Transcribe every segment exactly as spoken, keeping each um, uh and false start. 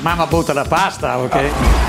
Mamma butta la pasta, ok?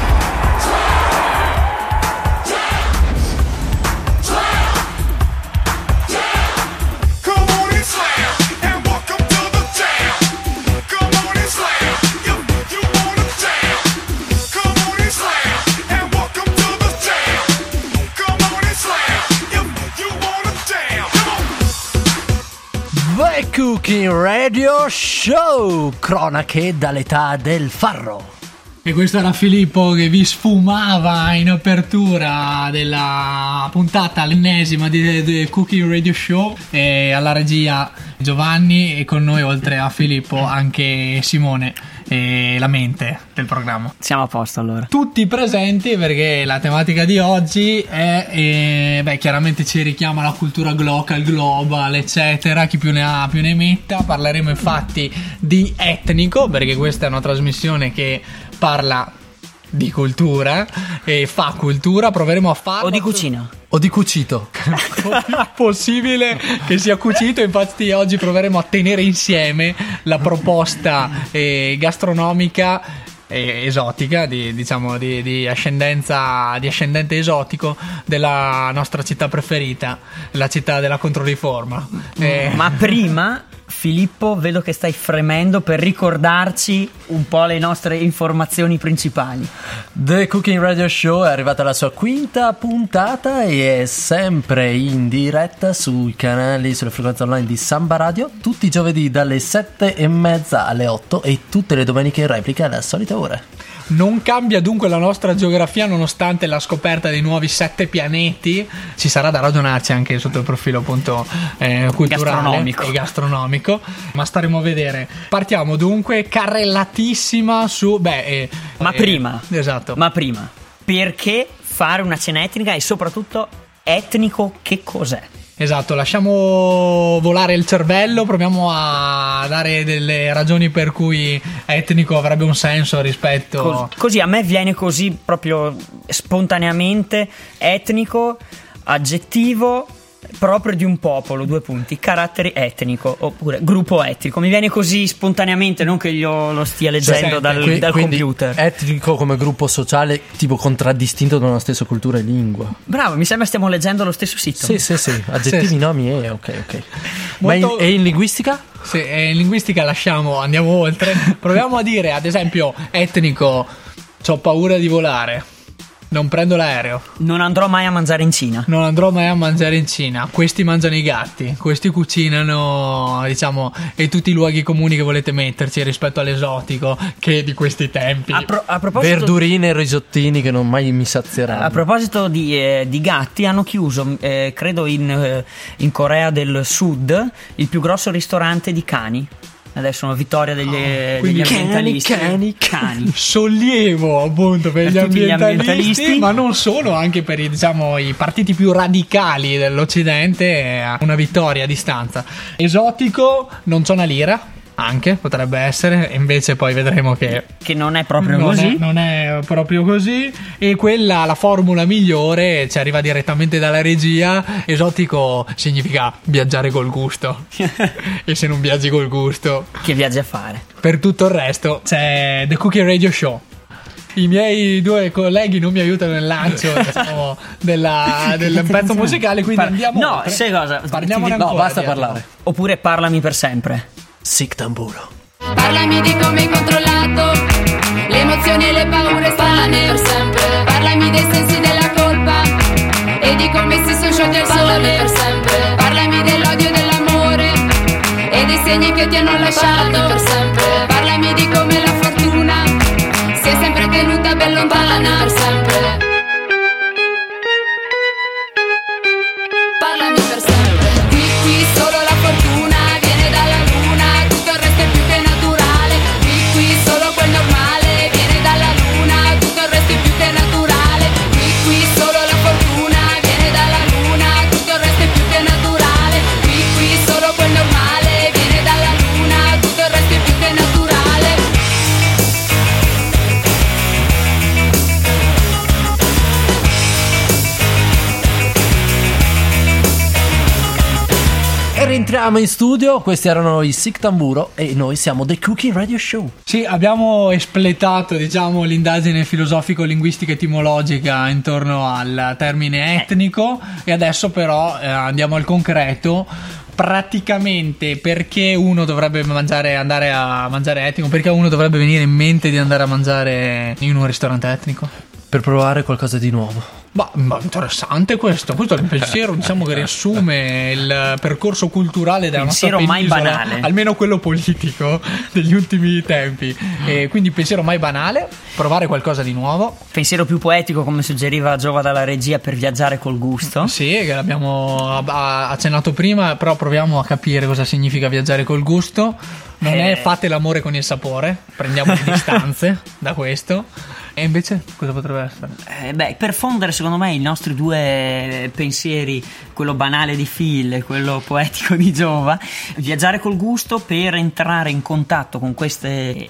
The Cooking Radio Show, cronache dall'età del farro. E questo era Filippo che vi sfumava in apertura della puntata, l'ennesima di The Cooking Radio Show, e alla regia Giovanni, e con noi oltre a Filippo anche Simone, e la mente del programma. Siamo a posto allora. Tutti presenti perché la tematica di oggi è, eh, beh, chiaramente ci richiama la cultura local, global, eccetera, chi più ne ha più ne metta. Parleremo infatti di etnico, perché questa è una trasmissione che parla di cultura e fa cultura. Proveremo a farlo. O di cucina. O di cucito. Possibile che sia cucito. Infatti oggi proveremo a tenere insieme la proposta eh, gastronomica eh, esotica di, diciamo di, di ascendenza di ascendente esotico della nostra città preferita, la città della Controriforma. eh, Ma prima, Filippo, vedo che stai fremendo per ricordarci un po' le nostre informazioni principali. The Cooking Radio Show è arrivata alla sua quinta puntata e è sempre in diretta sui canali, sulle frequenze online di Samba Radio, tutti i giovedì dalle sette e mezza alle otto e tutte le domeniche in replica alle solite ore. Non cambia dunque la nostra geografia nonostante la scoperta dei nuovi sette pianeti. Ci sarà da ragionarci anche sotto il profilo appunto eh, culturale gastronomico. e gastronomico, ma staremo a vedere. Partiamo dunque carrellatissima su beh eh, Ma eh, prima esatto Ma prima perché fare una cena etnica e soprattutto etnico che cos'è? Esatto, lasciamo volare il cervello, proviamo a dare delle ragioni per cui etnico avrebbe un senso rispetto... Cos- così a me viene così proprio spontaneamente etnico, aggettivo proprio di un popolo, due punti, carattere etnico oppure gruppo etnico. Mi viene così spontaneamente, non che io lo stia leggendo Sì, dal, Qui- dal quindi computer. etnico come gruppo sociale tipo contraddistinto da una stessa cultura e lingua. Bravo, mi sembra stiamo leggendo lo stesso sito. Sì, sì, sì, aggettivi, Sì, sì. nomi e ok, ok. Ma in, Molto- e in linguistica? Sì, e in linguistica lasciamo, andiamo oltre. Proviamo a dire, ad esempio, etnico, c'ho paura di volare, non prendo l'aereo, Non andrò mai a mangiare in Cina. non andrò mai a mangiare in Cina, questi mangiano i gatti, questi cucinano, diciamo, e tutti i luoghi comuni che volete metterci rispetto all'esotico che di questi tempi. A, pro- a proposito Verdurine e risottini che non mai mi sazieranno. A proposito di, eh, di gatti, hanno chiuso, eh, credo in, eh, in Corea del Sud, il più grosso ristorante di cani. Adesso una vittoria degli, eh, quindi degli ambientalisti. cani, cani. Sollievo appunto per, Per gli, tutti gli ambientalisti, ambientalisti. ma non solo, anche per i, diciamo, i partiti più radicali dell'Occidente, eh, una vittoria a distanza. Esotico, non c'è una lira, anche potrebbe essere, e invece poi vedremo che Che non è proprio non così. è, non è proprio così. E quella, la formula migliore, ci arriva direttamente dalla regia. Esotico significa viaggiare col gusto. E se non viaggi col gusto, Che viaggi a fare? per tutto il resto c'è The Cooking Radio Show. I miei due colleghi non mi aiutano nel lancio, diciamo, della, del pezzo musicale, quindi Par- andiamo no, oltre. sai cosa? Parliamone Ti- ancora. No, basta di parlare. Oppure parlami per sempre. Sic tamburo. Parlami di come hai controllato le emozioni e le paure strane per sempre. Parlami dei sensi della colpa e di come si sono sciolti al sole per sempre. Parlami dell'odio e dell'amore e dei segni che ti hanno lasciato per sempre. Parlami di come la fortuna si è sempre tenuta ben lontana per sempre. Parlami per sempre. Qui qui solo la fortuna viene dalla luna, tutto il resto è più che naturale. Qui qui solo quel normale viene dalla luna, tutto il resto è più che naturale. Qui qui solo la fortuna viene dalla luna, tutto il resto è più che naturale. Qui qui solo quel normale viene dalla luna, tutto il resto è più che E rientriamo in studio, questi erano i Sick Tamburo e noi siamo The Cooking Radio Show. Sì, abbiamo espletato, diciamo, l'indagine filosofico-linguistica etimologica intorno al termine etnico e adesso però eh, andiamo al concreto. Praticamente perché uno dovrebbe mangiare andare a mangiare etnico? Perché uno dovrebbe venire in mente di andare a mangiare in un ristorante etnico? Per provare qualcosa di nuovo. Ma, ma interessante questo, questo è il pensiero, diciamo, che riassume il percorso culturale della pensiero nostra mai penisola, banale, almeno quello politico degli ultimi tempi. E quindi pensiero mai banale, provare qualcosa di nuovo. Pensiero più poetico, come suggeriva Giova dalla regia, per viaggiare col gusto. Sì, che l'abbiamo accennato prima, però proviamo a capire cosa significa viaggiare col gusto. Non eh. è fate l'amore con il sapore, prendiamo le distanze da questo. E invece cosa potrebbe essere? Eh, beh, per fondere secondo me i nostri due pensieri, quello banale di Phil e quello poetico di Giova, viaggiare col gusto per entrare in contatto con queste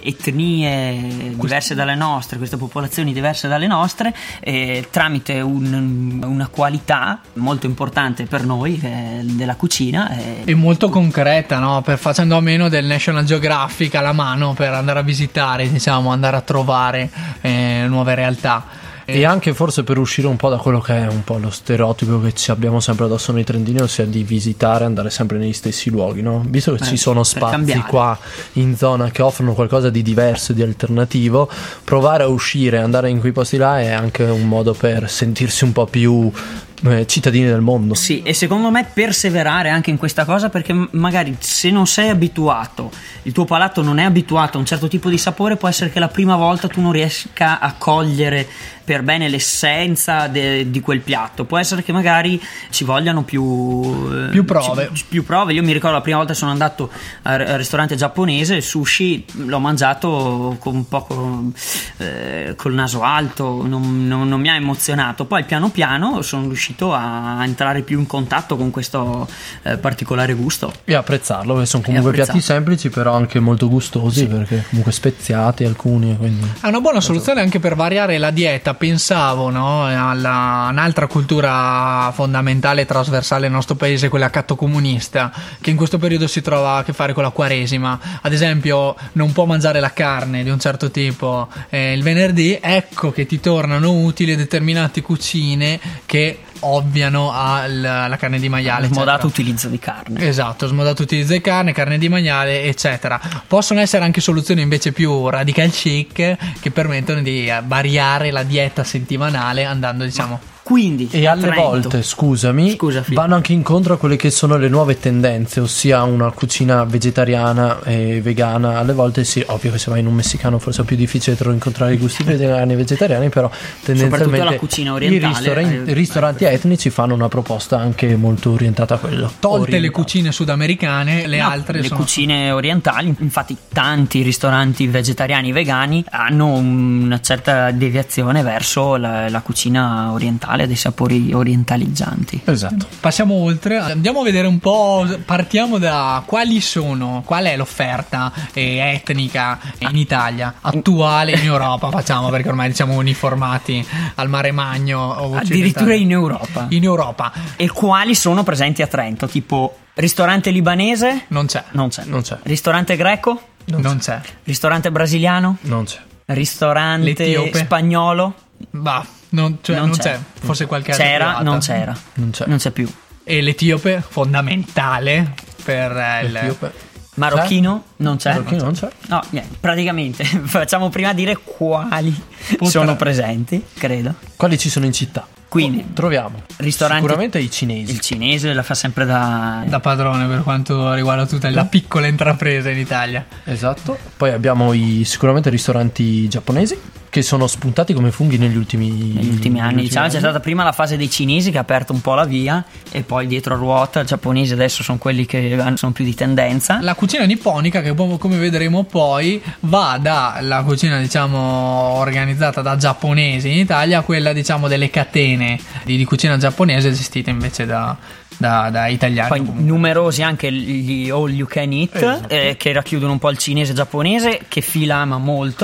etnie diverse dalle nostre, queste popolazioni diverse dalle nostre, eh, tramite un, una qualità molto importante per noi eh, della cucina eh. e molto concreta, no? Per, facendo a meno del National Geographic alla mano per andare a visitare, diciamo, andare a trovare eh, nuove realtà. E anche forse per uscire un po' da quello che è un po' lo stereotipo che ci abbiamo sempre addosso nei trendini, ossia di visitare, andare sempre negli stessi luoghi, no? Visto che Beh, ci sono spazi cambiare. qua in zona che offrono qualcosa di diverso, di alternativo, provare a uscire, andare in quei posti là è anche un modo per sentirsi un po' più eh, cittadini del mondo. Sì, e secondo me perseverare anche in questa cosa, perché m- magari se non sei abituato, il tuo palato non è abituato a un certo tipo di sapore, può essere che la prima volta tu non riesca a cogliere per bene l'essenza de- di quel piatto. Può essere che magari ci vogliano più più prove. Ci, più prove. Io mi ricordo la prima volta sono andato al, al ristorante giapponese, il sushi l'ho mangiato con un po' eh, col naso alto, non, non, non mi ha emozionato. Poi piano piano sono riuscito a entrare più in contatto con questo eh, particolare gusto E apprezzarlo, perché sono comunque piatti semplici però anche molto gustosi, sì, perché comunque speziati alcuni, quindi è una buona soluzione anche per variare la dieta. Pensavo, no, alla un'altra cultura fondamentale e trasversale nel nostro paese, quella cattocomunista, che in questo periodo si trova a che fare con la Quaresima. Ad esempio, non può mangiare la carne di un certo tipo eh, il venerdì. Ecco che ti tornano utili determinate cucine che ovviano alla carne di maiale, smodato utilizzo di carne. Esatto, smodato utilizzo di carne, carne di maiale, eccetera. Possono essere anche soluzioni invece più radical chic che permettono di variare la dieta settimanale andando, diciamo, quindi e alle Trento. volte, scusami, Scusa, vanno anche incontro a quelle che sono le nuove tendenze, ossia una cucina vegetariana e vegana. Alle volte sì, ovvio che se vai in un messicano forse è più difficile incontrare i gusti vegetariani e vegetariani, però tendenzialmente la cucina i orientale, ristoranti, eh, ristoranti etnici fanno una proposta anche molto orientata a quello. tolte orientale. Le cucine sudamericane, le No, altre le sono cucine orientali. Infatti tanti ristoranti vegetariani vegani hanno una certa deviazione verso la, la cucina orientale, dei sapori orientaleggianti. Esatto. Passiamo oltre, andiamo a vedere un po', partiamo da quali sono, qual è l'offerta eh, etnica in Italia, attuale in Europa, facciamo, perché ormai siamo uniformati al mare Magno Addirittura in Europa. in Europa E quali sono presenti a Trento? Tipo ristorante libanese? non c'è, Non c'è. Non c'è. Ristorante greco? non c'è, Ristorante brasiliano? Non c'è. Ristorante L'etiope? spagnolo? bah, non, cioè, Non non c'è. c'è. Forse qualche altra C'era, privata. non c'era. Non c'è. Non c'è più. E l'etiope, fondamentale per eh, il L'Etiope. Marocchino? Non c'è. Marocchino non c'è. No, niente, praticamente facciamo prima dire quali sono presenti, credo. Quali ci sono in città? Quindi, Troviamo ristoranti- sicuramente i cinesi. il cinese la fa sempre da... da padrone per quanto riguarda tutta la piccola intrapresa in Italia. Esatto. Poi abbiamo i sicuramente ristoranti giapponesi, che sono spuntati come funghi negli ultimi, negli ultimi anni, diciamo. C'è stata prima la fase dei cinesi che ha aperto un po' la via, e poi dietro a ruota i giapponesi adesso sono quelli che sono più di tendenza. La cucina nipponica, che poi, come vedremo poi, va dalla cucina, diciamo, organizzata da giapponesi in Italia a quella, diciamo, delle catene di, di cucina giapponese gestite invece da, da, da italiani. Poi comunque. numerosi anche gli all you can eat, Esatto. eh, che racchiudono un po' il cinese e giapponese, che Phil ama molto.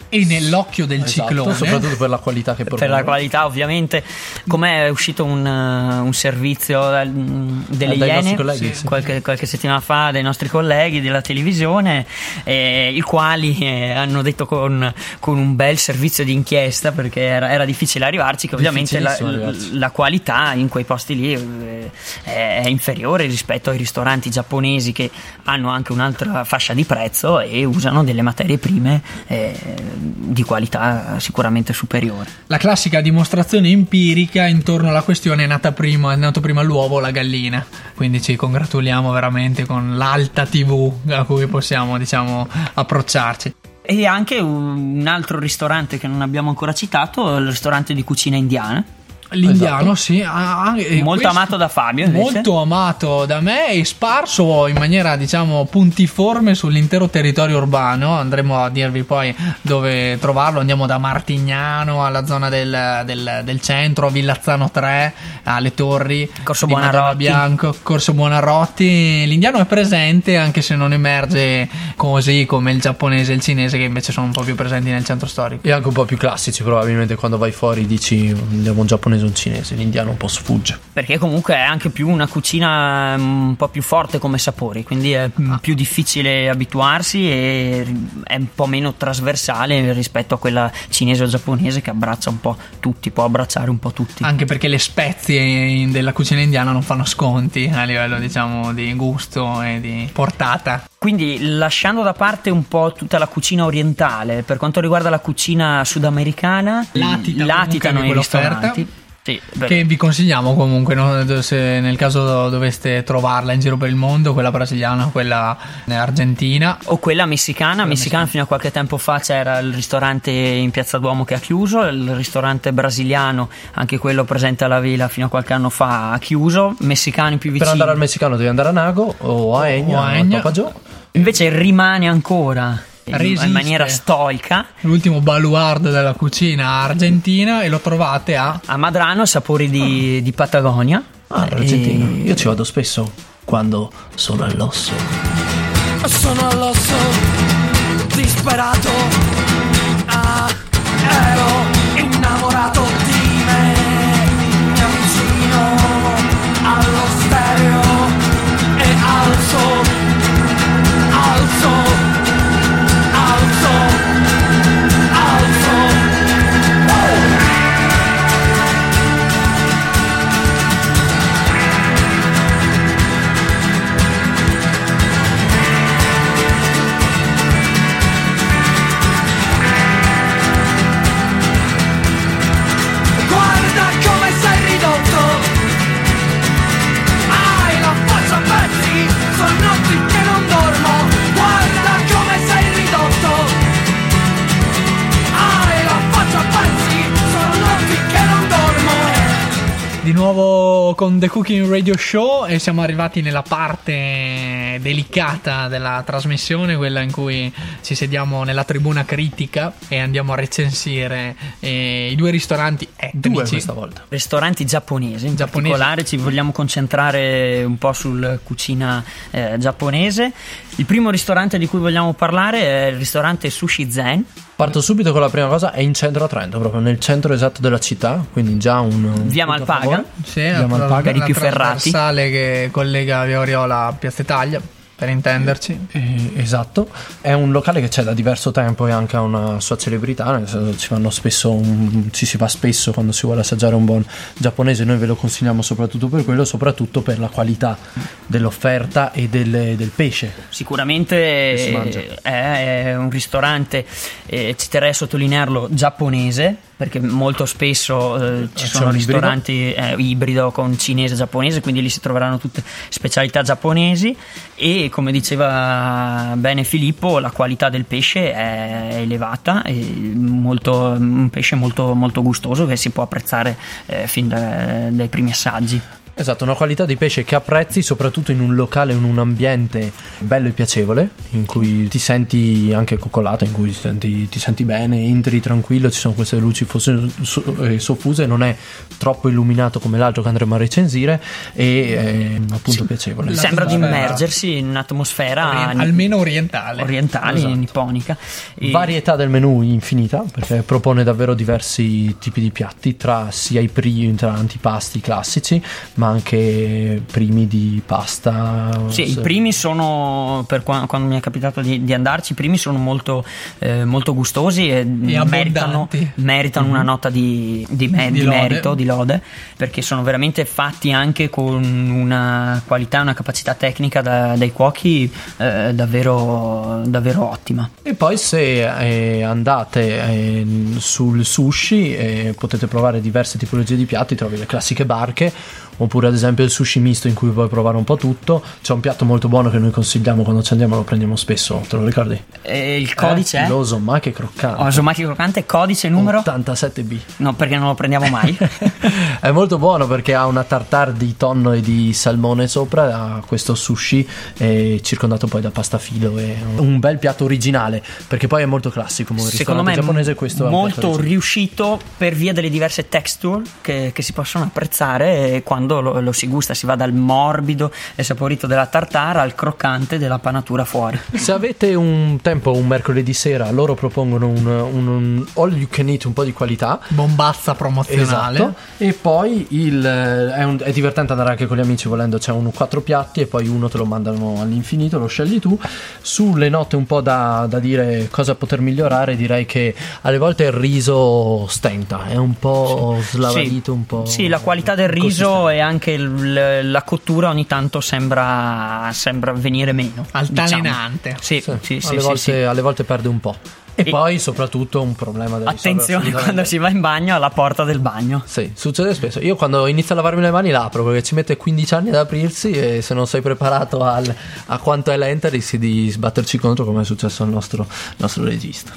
e nell'occhio del Esatto, ciclone, soprattutto per la qualità che per propone. la qualità, ovviamente. Come è uscito un, uh, un servizio eh, delle Eh, dai Iene nostri colleghi, sì. qualche, qualche settimana fa, dei nostri colleghi della televisione, eh, i quali eh, hanno detto con, con un bel servizio di inchiesta, perché era, era difficile arrivarci, che ovviamente la, Difficilissimo la qualità in quei posti lì eh, è, è inferiore rispetto ai ristoranti giapponesi, che hanno anche un'altra fascia di prezzo e usano delle materie prime eh, di qualità sicuramente superiore. La classica dimostrazione empirica intorno alla questione è nata prima, è nato prima l'uovo o la gallina, quindi ci congratuliamo veramente con l'alta tivù a cui possiamo, diciamo, approcciarci. E anche un altro ristorante che non abbiamo ancora citato, il ristorante di cucina indiana. L'indiano, Esatto. sì, ah, e Molto questo- amato da Fabio, invece. molto amato da me e sparso in maniera, diciamo, puntiforme sull'intero territorio urbano. Andremo a dirvi poi dove trovarlo. Andiamo da Martignano alla zona del, del, del centro, Villazzano tre, alle torri, Corso di Madama Buonarroti. Bianco, Corso Buonarroti. L'indiano è presente, anche se non emerge così come il giapponese e il cinese, che invece sono un po' più presenti nel centro storico. E anche un po' più classici, probabilmente quando vai fuori dici andiamo un giapponese o un cinese, l'indiano un po' sfugge. Perché comunque è anche più una cucina un po' più forte come sapori, quindi è più difficile abituarsi e è un po' meno trasversale rispetto a quella cinese o giapponese, che abbraccia un po' tutti, può abbracciare un po' tutti. Anche perché le spezie in- della cucina indiana non fanno sconti a livello, diciamo, di gusto e di portata. Quindi, lasciando da parte un po' tutta la cucina orientale, per quanto riguarda la cucina sudamericana, Latita latitano comunque i di quell'offerta. ristoranti. Sì, beh, Che vi consigliamo comunque, no? Se nel caso doveste trovarla in giro per il mondo, quella brasiliana, quella argentina. o quella messicana. Quella messicana messicana. fino a qualche tempo fa c'era il ristorante in Piazza Duomo che ha chiuso, il ristorante brasiliano, anche quello presente alla Vela, fino a qualche anno fa ha chiuso. Messicani più Per vicini andare al messicano devi andare a Nago o a Egna, O a o a Egna. Papa Gio. invece rimane ancora in, Resiste. in maniera stoica L'ultimo baluardo della cucina argentina, e lo trovate a a Madrano, sapori di, di Patagonia. Ah, E- argentino. Io ci vado spesso quando sono all'osso. Sono all'osso, disperato, ah, ero innamorato di me. Mi avvicino allo stereo e alzo, alzo, alzo, alzo. Guarda come sei ridotto, hai la faccia a pezzi, sono notti che non dormo. Guarda come sei ridotto, hai la faccia a pezzi, sono notti che non dormo. di nuovo con The Cooking Radio Show, e siamo arrivati nella parte delicata della trasmissione, quella in cui ci sediamo nella tribuna critica e andiamo a recensire eh, i due ristoranti etnici. Due questa volta. ristoranti giapponesi in Giapponesi. particolare. Ci vogliamo concentrare un po' sul cucina eh, giapponese. Il primo ristorante di cui vogliamo parlare è il ristorante Sushi Zen. Parto subito con la prima cosa, è in centro a Trento, proprio nel centro esatto della città, quindi già un, un Via punto a Malpaga. favore. Sì, Via la, Malpaga. per i la più ferrati. trasversale che collega Via Oriola a Piazza Italia, per intenderci. Eh, esatto, è un locale che c'è da diverso tempo e anche ha una sua celebrità, nel senso ci vanno spesso un- ci si va spesso quando si vuole assaggiare un buon giapponese. Noi ve lo consigliamo soprattutto per quello, soprattutto per la qualità dell'offerta e del, del pesce. Sicuramente si mangia. eh, è un ristorante, eh, ci terrei a sottolinearlo, giapponese, perché molto spesso eh, ci C'è sono un ibrido. ristoranti eh, ibrido con cinese e giapponese, quindi lì si troveranno tutte specialità giapponesi. E come diceva bene Filippo, la qualità del pesce è elevata, e molto, un pesce molto, molto gustoso che si può apprezzare eh, fin da- dai primi assaggi. Esatto, una qualità di pesce che apprezzi soprattutto in un locale, in un ambiente bello e piacevole, in cui ti senti anche coccolato, in cui ti senti, ti senti bene, entri tranquillo, ci sono queste luci fosse, so, eh, soffuse, non è troppo illuminato come l'altro che andremo a recensire e è appunto sì, piacevole. Sembra di immergersi in un'atmosfera Orient- almeno orientale, orientale, esatto. nipponica. E... varietà del menù infinita, perché propone davvero diversi tipi di piatti, tra sia i primi, tra antipasti classici, ma anche primi di pasta. Sì, se... i primi sono, per quando, quando mi è capitato di, di andarci, i primi sono molto, eh, molto gustosi e, e meritano, meritano mm-hmm. una nota di, di, me, di, di merito, di lode, perché sono veramente fatti anche con una qualità, una capacità tecnica da, dai cuochi eh, davvero, davvero ottima. E poi se eh, andate eh, sul sushi eh, potete provare diverse tipologie di piatti, trovi le classiche barche, oppure ad esempio il sushi misto in cui puoi provare un po' tutto. C'è un piatto molto buono che noi consigliamo quando ci andiamo, lo prendiamo spesso, te lo ricordi? E il codice eh, è? L'osomaki croccante. Osomaki croccante, codice numero? ottantasette B. No, perché non lo prendiamo mai. È molto buono perché ha una tartare di tonno e di salmone sopra, ha questo sushi eh, circondato poi da pasta filo, e un bel piatto originale, perché poi è molto classico come secondo me giapponese. Questo molto riuscito per via delle diverse texture che, che si possono apprezzare, e quando lo, lo si gusta si va dal morbido e saporito della tartare al croccante della panatura fuori. Se avete un tempo, un mercoledì sera, loro propongono un, un, un all you can eat un po' di qualità, bombazza promozionale. Esatto. E poi il, è, un, è divertente andare anche con gli amici, volendo c'è un quattro piatti e poi uno te lo mandano all'infinito, lo scegli tu. Sulle note un po' da, da dire cosa poter migliorare, direi che alle volte il riso stenta, è un po' slavarito, sì. un po'. Sì, la qualità del riso e anche il, la cottura ogni tanto sembra, sembra venire meno, altalenante. Diciamo. Sì, sì, sì, sì, alle, sì, volte, sì. alle volte perde un po'. E, e poi soprattutto un problema da attenzione quando si va in bagno, alla porta del bagno. Sì, succede spesso. Io quando inizio a lavarmi le mani l'apro, perché ci mette quindici anni ad aprirsi, e se non sei preparato al, a quanto è lenta rischi di sbatterci contro, come è successo al nostro, nostro regista.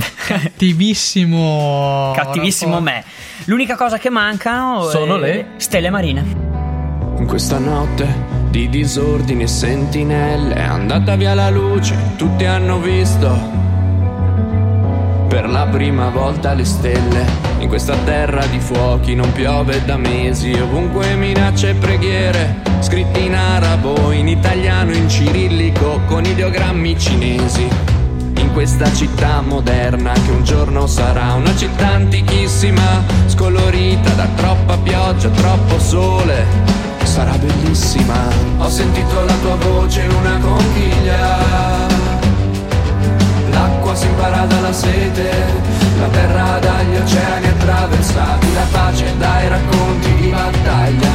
Cattivissimo Cattivissimo me. L'unica cosa che mancano sono è le stelle marine. In questa notte di disordini e sentinelle è andata via la luce, tutti hanno visto per la prima volta le stelle. In questa terra di fuochi non piove da mesi, ovunque minacce e preghiere, scritti in arabo, in italiano, in cirillico, con ideogrammi cinesi. In questa città moderna che un giorno sarà una città antichissima, scolorita da troppa pioggia, troppo sole, sarà bellissima. Ho sentito la tua voce in una conchiglia, l'acqua si impara dalla sete, la terra dagli oceani attraversati, la pace dai racconti di battaglia.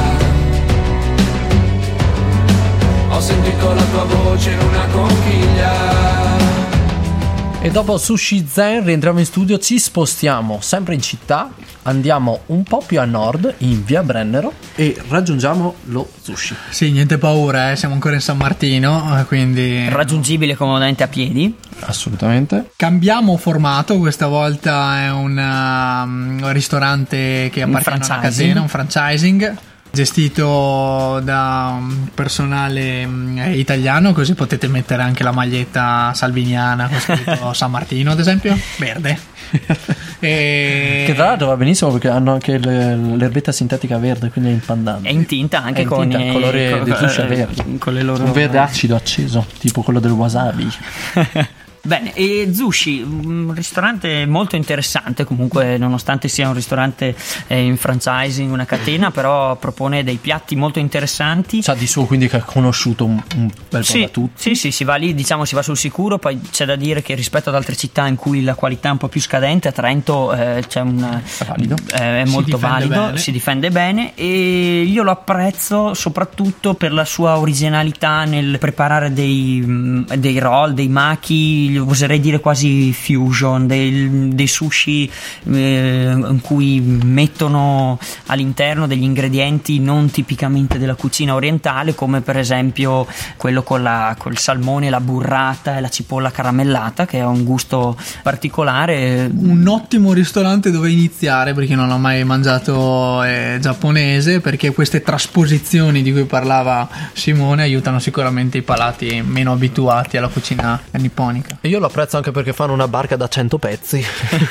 Ho sentito la tua voce in una conchiglia. E dopo Sushi Zen rientriamo in studio, ci spostiamo sempre in città, andiamo un po' più a nord, in via Brennero, e raggiungiamo lo sushi. Sì, niente paura, eh? Siamo ancora in San Martino, quindi raggiungibile comodamente a piedi. Assolutamente. Cambiamo formato, questa volta è un, um, un ristorante che appartiene a una catena, un franchising gestito da un personale um, italiano, così potete mettere anche la maglietta salviniana con scritto San Martino, ad esempio, verde. E... che tra l'altro va benissimo perché hanno anche le, l'erbetta sintetica verde, quindi è impandante, è in tinta anche, in con tinta, i colore con, di sushi verde, con le loro... un verde acido acceso, tipo quello del wasabi. Bene, e Zushi, un ristorante molto interessante comunque, nonostante sia un ristorante eh, in franchising, una catena, però propone dei piatti molto interessanti. Sa di suo quindi che ha conosciuto un, un bel sì, po' da tutti. Sì, sì, si va lì, diciamo, si va sul sicuro. Poi c'è da dire che rispetto ad altre città in cui la qualità è un po' più scadente, a Trento eh, c'è un, è, valido. Eh, è molto valido, bene. Si difende bene, e io lo apprezzo soprattutto per la sua originalità nel preparare dei, dei roll, dei maki quasi, oserei dire quasi fusion, dei, dei sushi eh, in cui mettono all'interno degli ingredienti non tipicamente della cucina orientale, come per esempio quello con la, col salmone, la burrata e la cipolla caramellata, che ha un gusto particolare. Un ottimo ristorante dove iniziare, perché non ho mai mangiato eh, giapponese, perché queste trasposizioni di cui parlava Simone aiutano sicuramente i palati meno abituati alla cucina nipponica. E io lo apprezzo anche perché fanno una barca da cento pezzi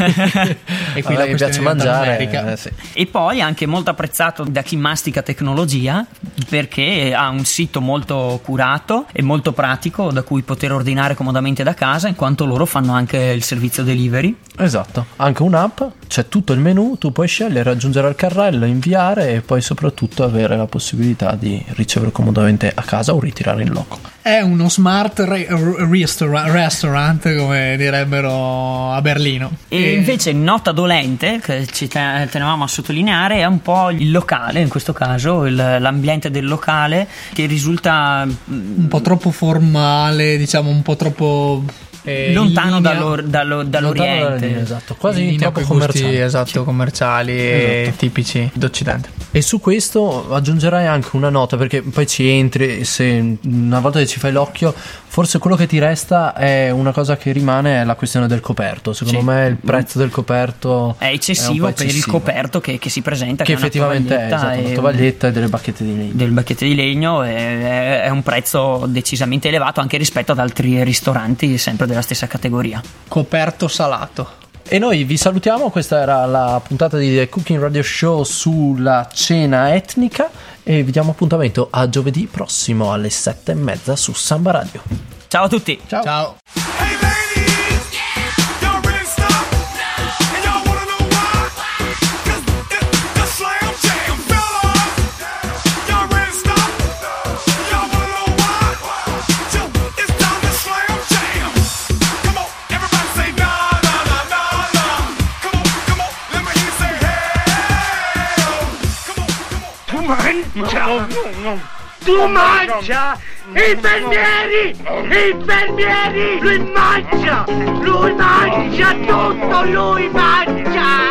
E qui a la me piace mangiare, eh, sì. E poi anche molto apprezzato da chi mastica tecnologia, perché ha un sito molto curato e molto pratico da cui poter ordinare comodamente da casa, in quanto loro fanno anche il servizio delivery. Esatto, anche un'app, c'è tutto il menu, tu puoi scegliere, aggiungere al carrello, inviare e poi soprattutto avere la possibilità di ricevere comodamente a casa o ritirare in loco. È uno smart re- restaurant, restaurant, come direbbero a Berlino. E, e invece nota dolente, che ci te- tenevamo a sottolineare, è un po' il locale, in questo caso il, l'ambiente del locale, che risulta un po' troppo formale, diciamo un po' troppo eh, lontano linea, dallo, dallo, dall'Oriente, lontano linea, esatto, quasi troppo gusti, commerciali, esatto, sì. commerciali Esatto. e tipici d'Occidente. E su questo aggiungerai anche una nota, perché poi ci entri, se una volta che ci fai l'occhio, forse quello che ti resta è una cosa che rimane, è la questione del coperto. Secondo Sì. me il prezzo del coperto è eccessivo, è per il coperto che, che si presenta, che è una effettivamente è, tovaglietta esatto, una e- tovaglietta e delle bacchette di legno. del bacchette di legno, è, è un prezzo decisamente elevato anche rispetto ad altri ristoranti sempre della stessa categoria. Coperto salato. E noi vi salutiamo, questa era la puntata di The Cooking Radio Show sulla cena etnica e vi diamo appuntamento a giovedì prossimo alle sette e mezza su Samba Radio. Ciao a tutti. Ciao. Ciao. Hey ladies, y'all ready to stop? And y'all wanna know why? 'Cause it's the Slam Jam, fellas. Y'all ready to stop? Y'all wanna know why? So it's time to Slam Jam. Come on, everybody say na na na na na. Come on, come on, let me hear you say hey. Come on, come on. Tu mangia! Infermieri! Infermieri! Lui mangia! Lui mangia tutto! Lui mangia!